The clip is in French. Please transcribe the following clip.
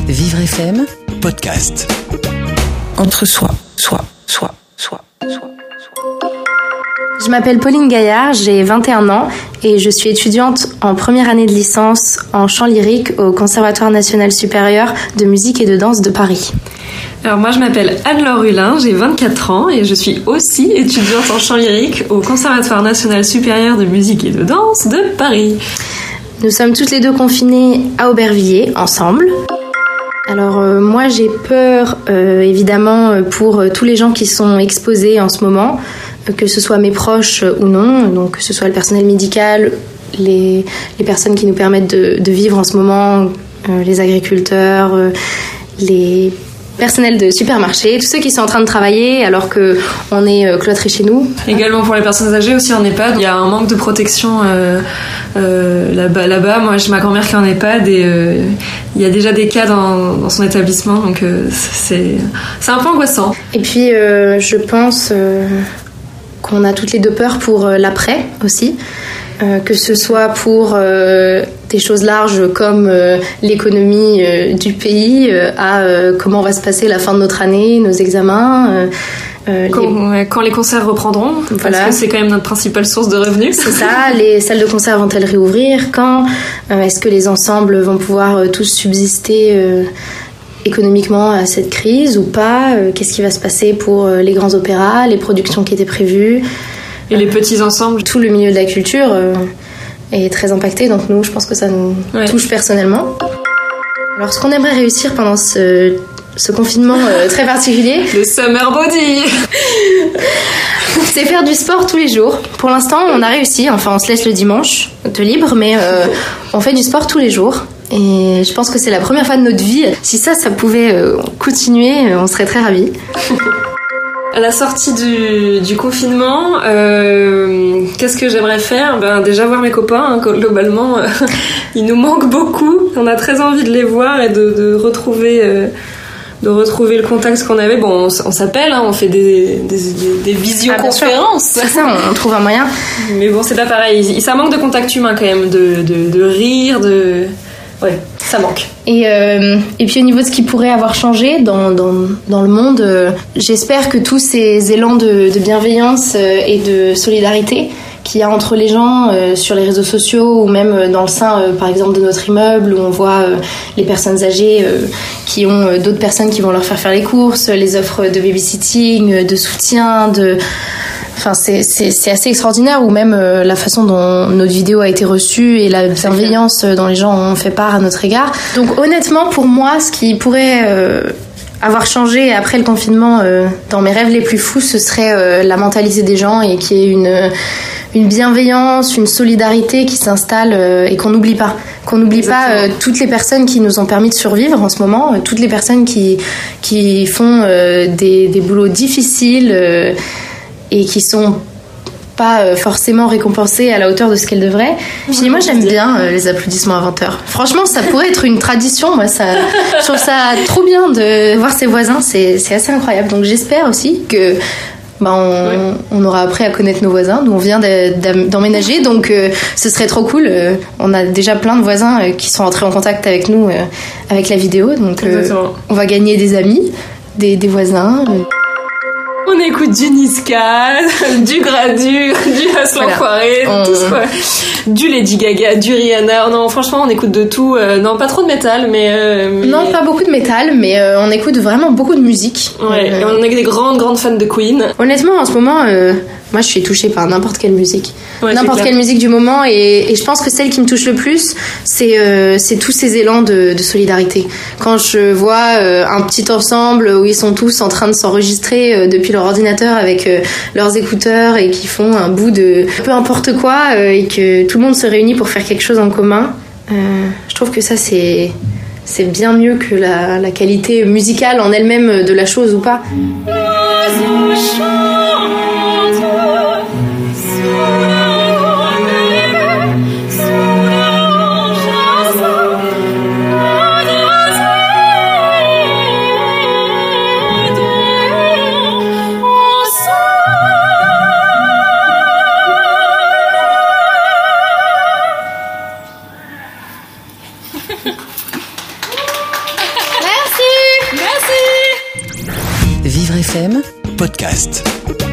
Vivre FM Podcast. Entre soi. Je m'appelle Pauline Gaillard, j'ai 21 ans et je suis étudiante en première année de licence en chant lyrique au Conservatoire national supérieur de musique et de danse de Paris. Alors moi je m'appelle Anne-Laure Hulin, j'ai 24 ans et je suis aussi étudiante en chant lyrique au Conservatoire national supérieur de musique et de danse de Paris. Nous sommes toutes les deux confinées à Aubervilliers, ensemble. Alors moi j'ai peur évidemment pour tous les gens qui sont exposés en ce moment, que ce soit mes proches ou non, donc que ce soit le personnel médical, les personnes qui nous permettent de vivre en ce moment, les agriculteurs, les personnels de supermarché, tous ceux qui sont en train de travailler alors qu'on est cloîtrés chez nous. Également pour les personnes âgées aussi en EHPAD, il y a un manque de protection là-bas. Moi j'ai ma grand-mère qui est en EHPAD et il y a déjà des cas dans son établissement, donc c'est un peu angoissant. Et puis je pense qu'on a toutes les deux peur pour l'après aussi. Que ce soit pour des choses larges comme l'économie du pays, à comment va se passer la fin de notre année, nos examens. Quand les concerts reprendront, voilà. Parce que c'est quand même notre principale source de revenus. C'est ça, les salles de concert vont-elles réouvrir? Quand? Est-ce que les ensembles vont pouvoir tous subsister économiquement à cette crise ou pas? Qu'est-ce qui va se passer pour les grands opéras, les productions qui étaient prévues? Et les petits ensembles. Tout le milieu de la culture est très impacté, donc nous, je pense que ça nous touche personnellement. Alors, ce qu'on aimerait réussir pendant ce confinement très particulier... Le summer body. C'est faire du sport tous les jours. Pour l'instant, on a réussi. Enfin, on se laisse le dimanche de libre, mais on fait du sport tous les jours. Et je pense que c'est la première fois de notre vie. Si ça pouvait continuer, on serait très ravis. À la sortie du confinement, qu'est-ce que j'aimerais faire? Déjà voir mes copains, globalement, ils nous manquent beaucoup. On a très envie de les voir et de retrouver le contact qu'on avait. Bon, on s'appelle, on fait des visioconférences. C'est ça, on trouve un moyen. Mais bon, c'est pas pareil. Ça manque de contact humain quand même, de rire, ouais, ça manque. Et puis au niveau de ce qui pourrait avoir changé dans le monde, j'espère que tous ces élans de bienveillance et de solidarité qu'il y a entre les gens sur les réseaux sociaux ou même dans le sein, par exemple, de notre immeuble où on voit les personnes âgées qui ont d'autres personnes qui vont leur faire les courses, les offres de babysitting, de soutien, Enfin, c'est assez extraordinaire, ou même la façon dont notre vidéo a été reçue et la bienveillance dont les gens ont fait part à notre égard. Donc honnêtement, pour moi, ce qui pourrait avoir changé après le confinement dans mes rêves les plus fous, ce serait la mentalité des gens et qu'il y ait une bienveillance, une solidarité qui s'installe et qu'on n'oublie pas. Qu'on n'oublie pas toutes les personnes qui nous ont permis de survivre en ce moment, toutes les personnes qui font des boulots difficiles et qui sont pas forcément récompensées à la hauteur de ce qu'elles devraient. Puis moi j'aime bien les applaudissements à 20h. Franchement, ça pourrait être une tradition. Moi, je trouve ça trop bien de voir ses voisins. C'est assez incroyable. Donc j'espère aussi que on aura appris à connaître nos voisins. Nous on vient d'emménager, donc ce serait trop cool. On a déjà plein de voisins qui sont entrés en contact avec nous avec la vidéo. Donc on va gagner des amis, des voisins. On écoute du Niska, du Gradure, du Hustle Enfoiré, tout ça. Du Lady Gaga, du Rihanna. Non, franchement, on écoute de tout. Non, pas trop de métal, mais... Non, pas beaucoup de métal, mais on écoute vraiment beaucoup de musique. Ouais, et on est des grandes fans de Queen. Honnêtement, en ce moment, moi, je suis touchée par n'importe quelle musique. Ouais, n'importe quelle musique du moment, et je pense que celle qui me touche le plus, c'est tous ces élans de solidarité. Quand je vois un petit ensemble où ils sont tous en train de s'enregistrer depuis leur ordinateur avec leurs écouteurs et qui font un bout de peu importe quoi et que tout le monde se réunit pour faire quelque chose en commun, je trouve que ça c'est bien mieux que la qualité musicale en elle-même de la chose ou pas. Vivre FM, podcast.